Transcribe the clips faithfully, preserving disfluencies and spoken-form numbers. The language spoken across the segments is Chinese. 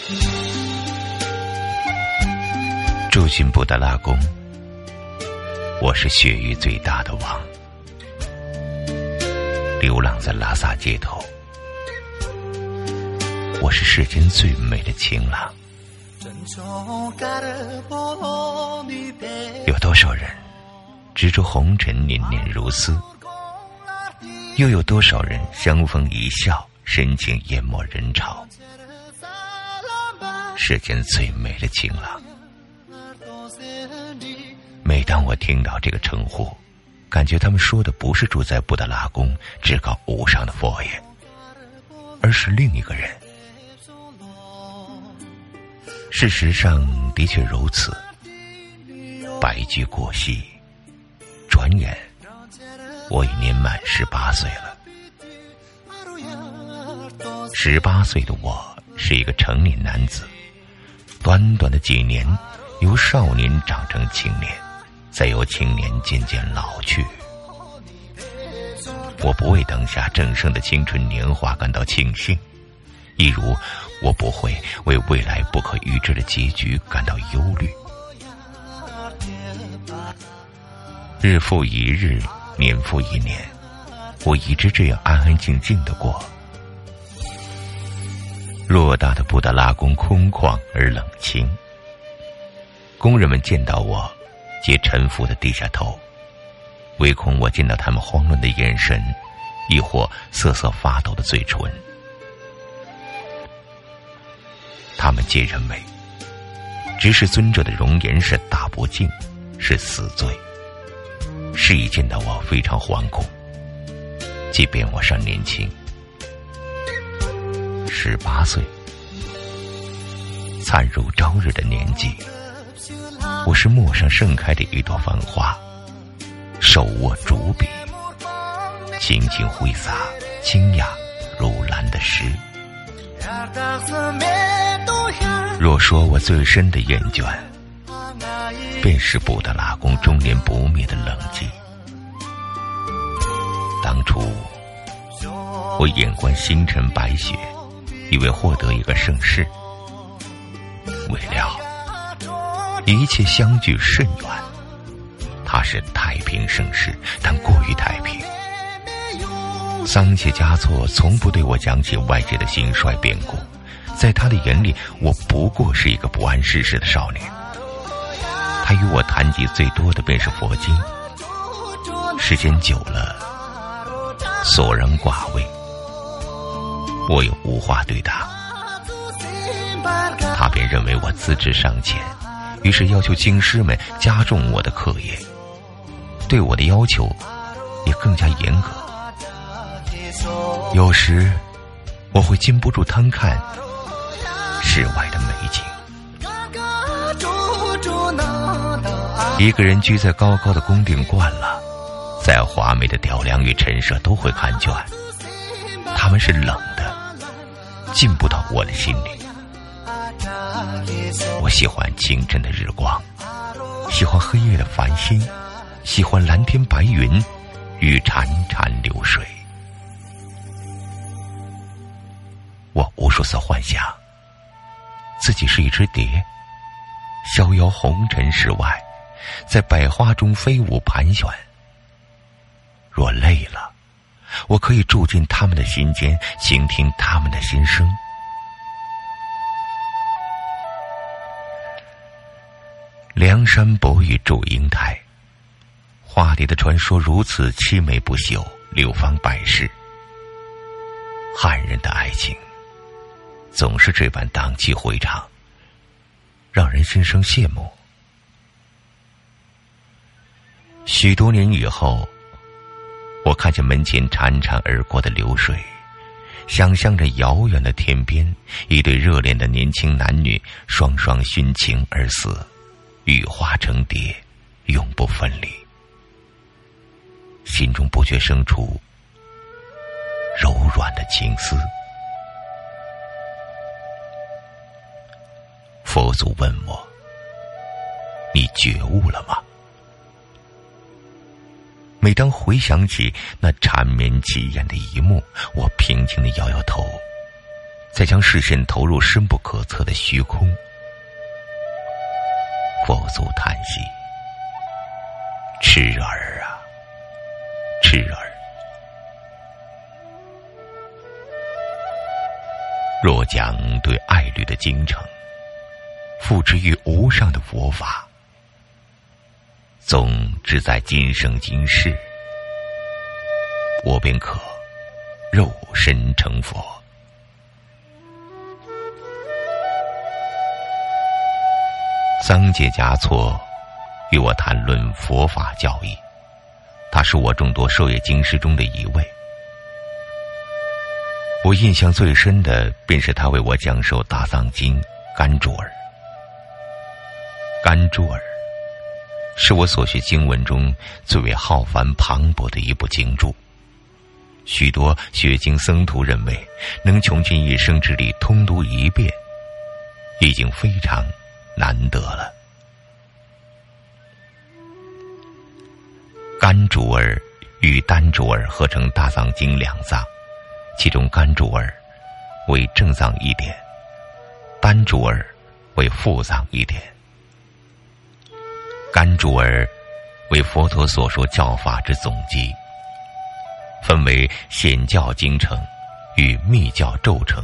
住进布达拉宫，我是血域最大的王，流浪在拉萨街头，我是世间最美的情郎。有多少人执着红尘，念念如丝，又有多少人相逢一笑，深情淹没人潮。世间最美的情郎，每当我听到这个称呼，感觉他们说的不是住在布达拉宫至高无上的佛爷，而是另一个人。事实上的确如此，白驹过隙，转眼我已年满十八岁了。十八岁的我是一个成年男子，短短的几年，由少年长成青年，再由青年渐渐老去。我不为当下正盛的青春年华感到庆幸，一如我不会为未来不可预知的结局感到忧虑。日复一日，年复一年，我一直这样安安静静地过。偌大的布达拉宫空旷而冷清，工人们见到我皆臣服地低下头，唯恐我见到他们慌乱的眼神，亦或瑟瑟发抖的嘴唇。他们皆认为执事尊者的容颜是大不敬，是死罪，是一见到我非常惶恐。即便我尚年轻，十八岁，灿如朝日的年纪，我是陌上盛开的一朵繁花，手握竹笔，轻轻挥洒清雅如蓝的诗。若说我最深的厌倦，便是布达拉宫终年不灭的冷寂。当初我眼观星辰白雪，以为获得一个盛世，未料一切相距甚远。它是太平盛世，但过于太平。桑切嘉措从不对我讲起外界的兴衰变故，在他的眼里，我不过是一个不谙世事的少年。他与我谈及最多的便是佛经，时间久了，索然寡味，我也无话对答。他便认为我资质尚浅，于是要求经师们加重我的课业，对我的要求也更加严格。有时我会禁不住贪看世外的美景，一个人居在高高的宫顶惯了，再华美的雕梁与陈设都会看倦，他们是冷的，进不到我的心里。我喜欢清晨的日光，喜欢黑夜的繁星，喜欢蓝天白云与潺潺流水。我无数次幻想自己是一只蝶，逍遥红尘世外，在百花中飞舞盘旋。若累了，我可以住进他们的心间，倾听他们的心声。梁山伯与祝英台，花蝶的传说如此凄美不朽，流芳百世。汉人的爱情总是这般荡气回肠，让人心生羡慕。许多年以后，我看见门前潺潺而过的流水，想象着遥远的天边，一对热恋的年轻男女双双殉情而死，羽化成蝶，永不分离。心中不觉生出柔软的情思。佛祖问我：你觉悟了吗？每当回想起那缠绵起眼的一幕，我平静地摇摇头， 再将视线投入深不可测的虚空，佛祖叹息：痴儿啊，痴儿！若将对爱侣的精诚付之于无上的佛法，纵只在今生今世，我便可肉身成佛。桑杰嘉措与我谈论佛法教义，他是我众多授业经师中的一位。我印象最深的便是他为我讲授大藏经甘珠尔。甘珠尔是我所学经文中最为浩繁磅礴的一部经著，许多学经僧徒认为能穷尽一生之力通读一遍，已经非常难得了。甘珠尔与丹珠尔合成大藏经两藏，其中甘珠尔为正藏一点，丹珠尔为副藏一点。甘珠尔为佛陀所说教法之总集，分为显教经程与密教咒程。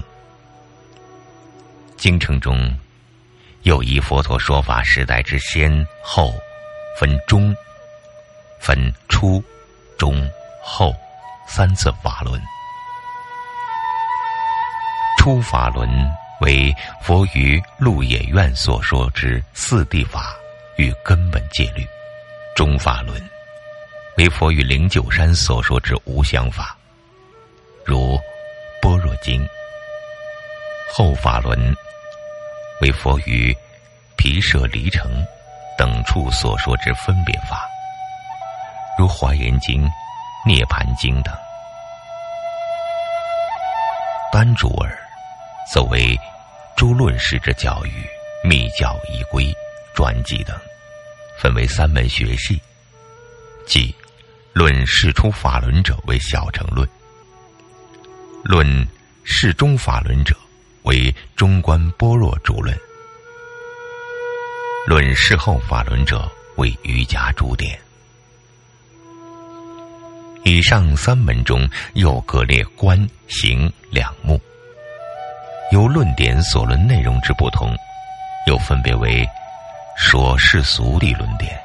经程中又以佛陀说法时代之先后分中分初中后三次法轮。初法轮为佛于鹿野苑所说之四谛法与根本戒律，中法轮为佛于灵鹫山所说之无相法，如般若经。后法轮为佛于毗舍离城等处所说之分别法，如华严经、涅盘经等。丹珠尔则为诸论师之教育、密教仪规、传记等，分为三门学系，即论世出法轮者为小乘论，论世中法轮者为中观般若主论，论世后法轮者为瑜伽主典。以上三门中又各列观、行两目，由论点所论内容之不同，又分别为说世俗谛论点、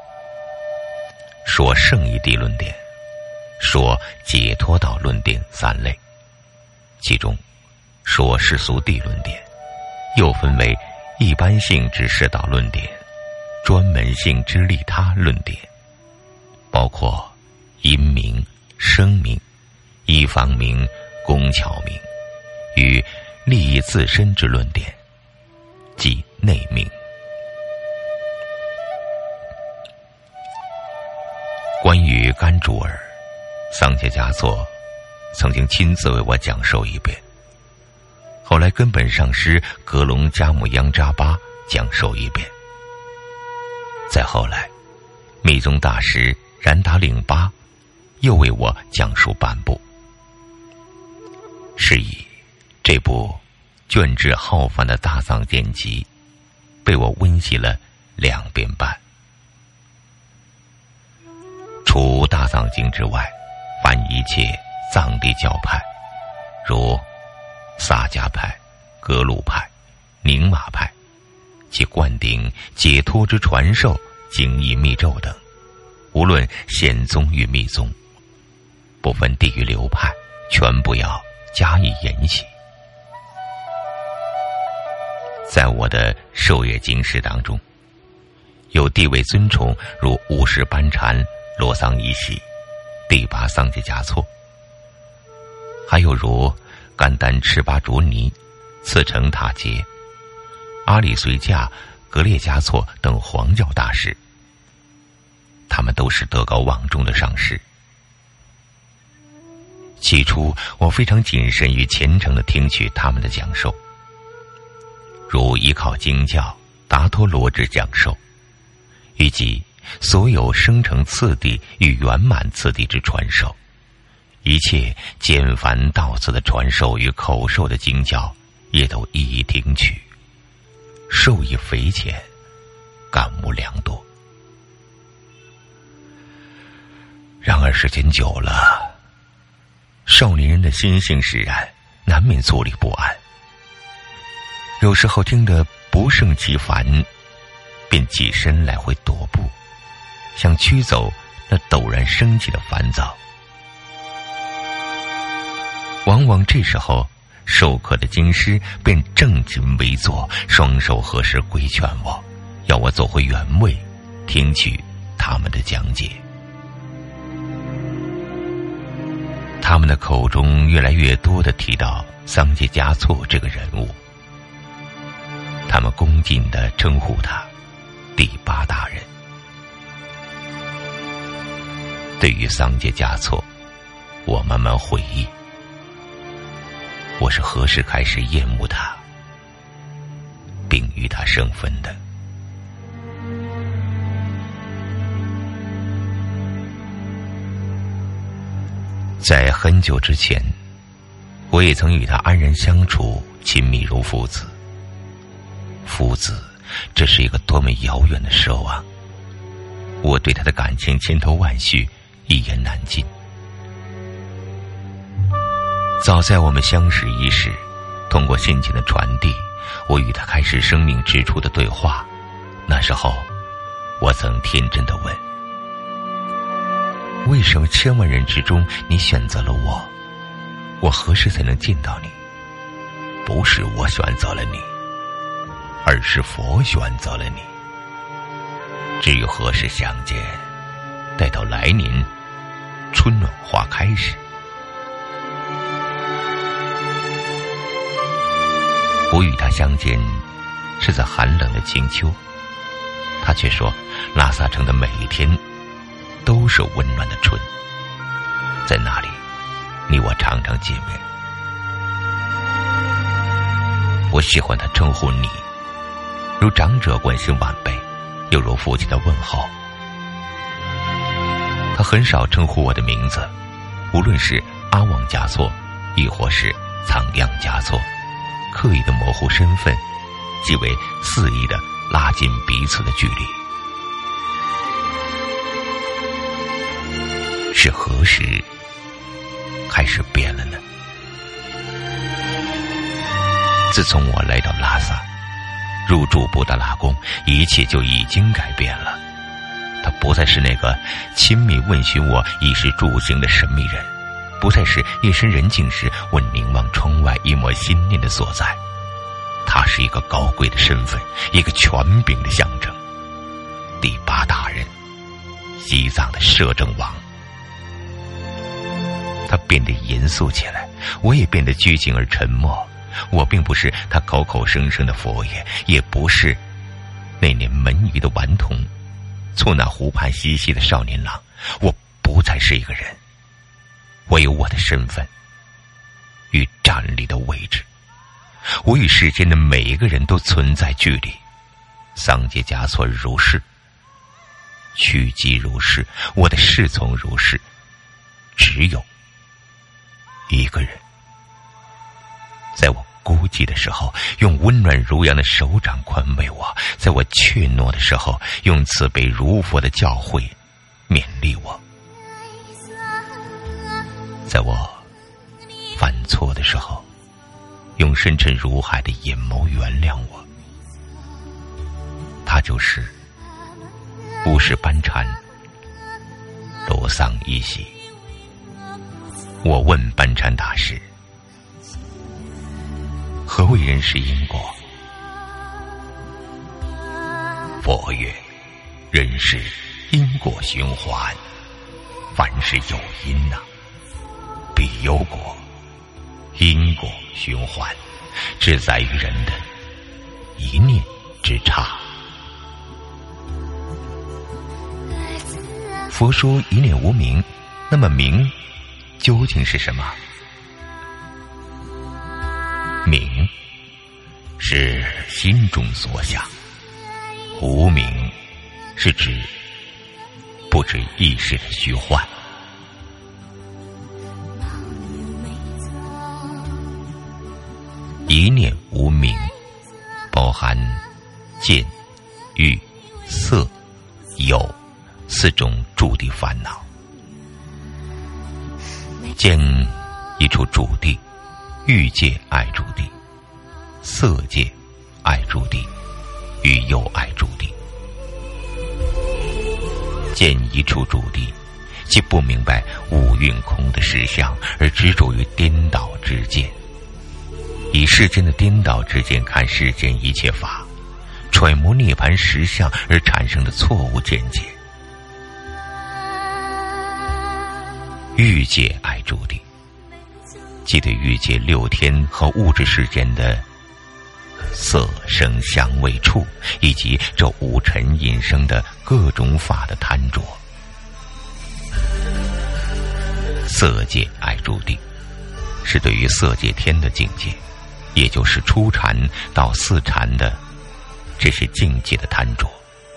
说圣义谛论点、说解脱道论点三类。其中说世俗谛论点又分为一般性之世道论点、专门性之利他论点，包括因明、声明、依方明、工巧明与利益自身之论点，即内明。关于甘珠尔，桑杰嘉措曾经亲自为我讲授一遍，后来根本上师格隆加木央扎巴讲授一遍，再后来密宗大师然达令巴又为我讲述半部。是以这部卷帙浩繁的大藏典籍被我温习了两遍半。除大藏经之外，凡一切藏地教派，如萨迦派、格鲁派、宁玛派，其灌顶解脱之传授、经义密咒等，无论显宗与密宗，不分地域流派，全部要加以研习。在我的授业经师当中，有地位尊崇如五世班禅罗桑一喜、第八桑杰嘉措，还有如甘丹赤巴卓尼、次成塔杰、阿里随驾、格列嘉措等黄教大师，他们都是德高望重的上师。起初我非常谨慎与虔诚地听取他们的讲授，如依靠经教达托罗之讲授，以及所有生成次第与圆满次第之传授，一切简繁到此的传授与口授的经教也都一一听取，受益匪浅，感悟良多。然而时间久了，少年人的心性使然，难免坐立不安。有时候听得不胜其烦，便起身来回踱步，想驱走那陡然升起的烦躁。往往这时候，授课的经师便正襟危坐，双手合十规劝我，要我走回原位，听取他们的讲解。他们的口中越来越多地提到桑杰嘉措这个人物，他们恭敬地称呼他第八大人。对于桑杰嘉措，我慢慢回忆，我是何时开始厌恶他，并与他生分的。在很久之前，我也曾与他安然相处，亲密如父子。父子，这是一个多么遥远的奢望！我对他的感情千头万绪，一言难尽。早在我们相识伊始，通过信件的传递，我与他开始生命之初的对话。那时候，我曾天真地问：为什么千万人之中你选择了我？我何时才能见到你？不是我选择了你，而是佛选择了你。至于何时相见，待到来年春暖花开时。我与他相见是在寒冷的清秋，他却说拉萨城的每一天都是温暖的春，在那里你我常常见面。我喜欢他称呼你，如长者关心晚辈，又如父亲的问候。他很少称呼我的名字，无论是阿旺嘉措亦或是仓央嘉措，刻意的模糊身份，即为肆意的拉近彼此的距离。是何时开始变了呢？自从我来到拉萨，入住布达拉宫，一切就已经改变了。他不再是那个亲密问询我衣食住行的神秘人，不再是夜深人静时我凝望窗外一抹心念的所在。他是一个高贵的身份，一个权柄的象征。第八大人，西藏的摄政王。他变得严肃起来，我也变得拘谨而沉默。我并不是他口口声声的佛爷，也不是那年门隅的顽童，簇那湖畔嬉戏的少年郎。我不再是一个人，我有我的身份与站立的位置。我与世间的每一个人都存在距离。桑杰嘉措如是，屈机如是，我的侍从如是，只有一个人，在我孤寂的时候，用温暖如阳的手掌宽慰我；在我怯懦的时候，用慈悲如佛的教诲勉励我；在我犯错的时候，用深沉如海的眼眸原谅我。他就是乌什班禅罗桑依稀。我问班禅大师，何谓人世因果？佛曰：人世因果循环，凡事有因呐、啊，必有果。因果循环，只在于人的一念之差。佛说一念无明，那么明究竟是什么？明是心中所想，无明是指不知意识的虚幻。一念无明，包含见、欲、色、有四种诸地烦恼。见一处诸地，欲界爱诸地，色界爱诸地，欲有爱诸地。见一处诸地，即不明白五蕴空的实相，而执着于颠倒之见，以世间的颠倒之见看世间一切法，揣摩涅槃实相而产生的错误见解。欲界爱诸地，即对欲界六天和物质世间的色声香味触，以及这五尘引生的各种法的贪着。色界爱诸地，是对于色界天的境界，也就是初禅到四禅的这些境界的贪着。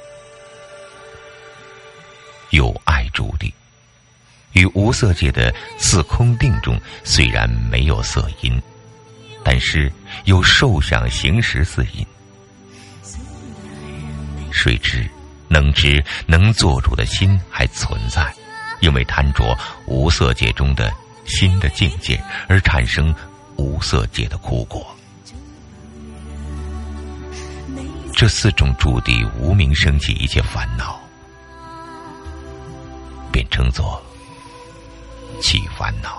有爱诸地，与无色界的四空定中虽然没有色音，但是有受想行识四音。谁知能知能做主的心还存在，因为贪着无色界中的心的境界，而产生无色界的苦果。这四种诸地无明生起一切烦恼，便称作起烦恼。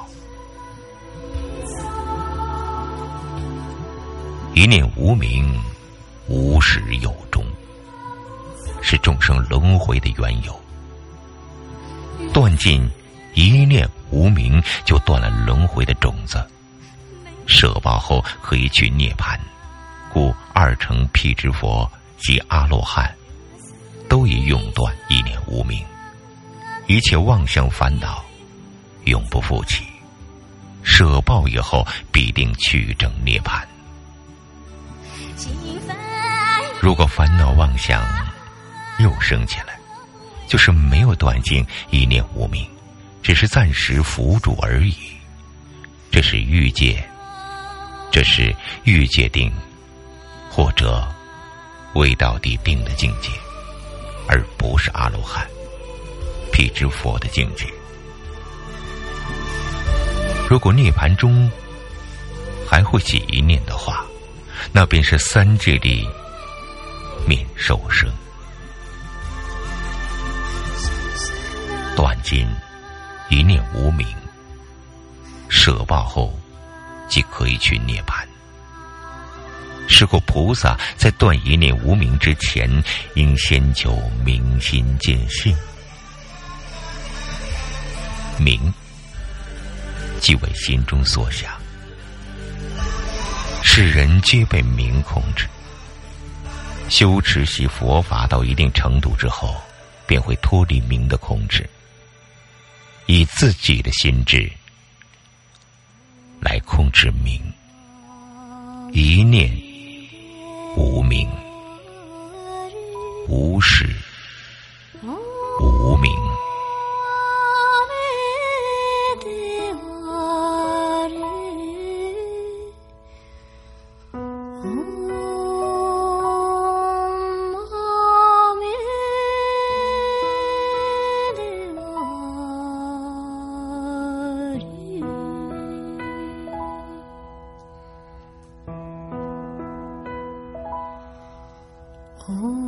一念无明，无始有终，是众生轮回的缘由。断尽一念无明，就断了轮回的种子，舍报后可以去涅槃。故二乘辟支佛及阿罗汉都已永断一念无明，一切妄想烦恼永不复起，舍报以后必定去证涅槃。如果烦恼妄想又升起来，就是没有断尽一念无明，只是暂时伏住而已。这是欲界，这是欲界定，或者未到底定的境界，而不是阿罗汉、辟支佛的境界。如果涅槃中还会起一念的话，那便是三界里免受生。断尽一念无明，舍报后即可以去涅槃。是故菩萨在断一念无明之前，应先求明心见性。明即为心中所想，世人皆被明控制。修持习佛法到一定程度之后，便会脱离明的控制，以自己的心智来控制明。一念无明，无始无明。 哦。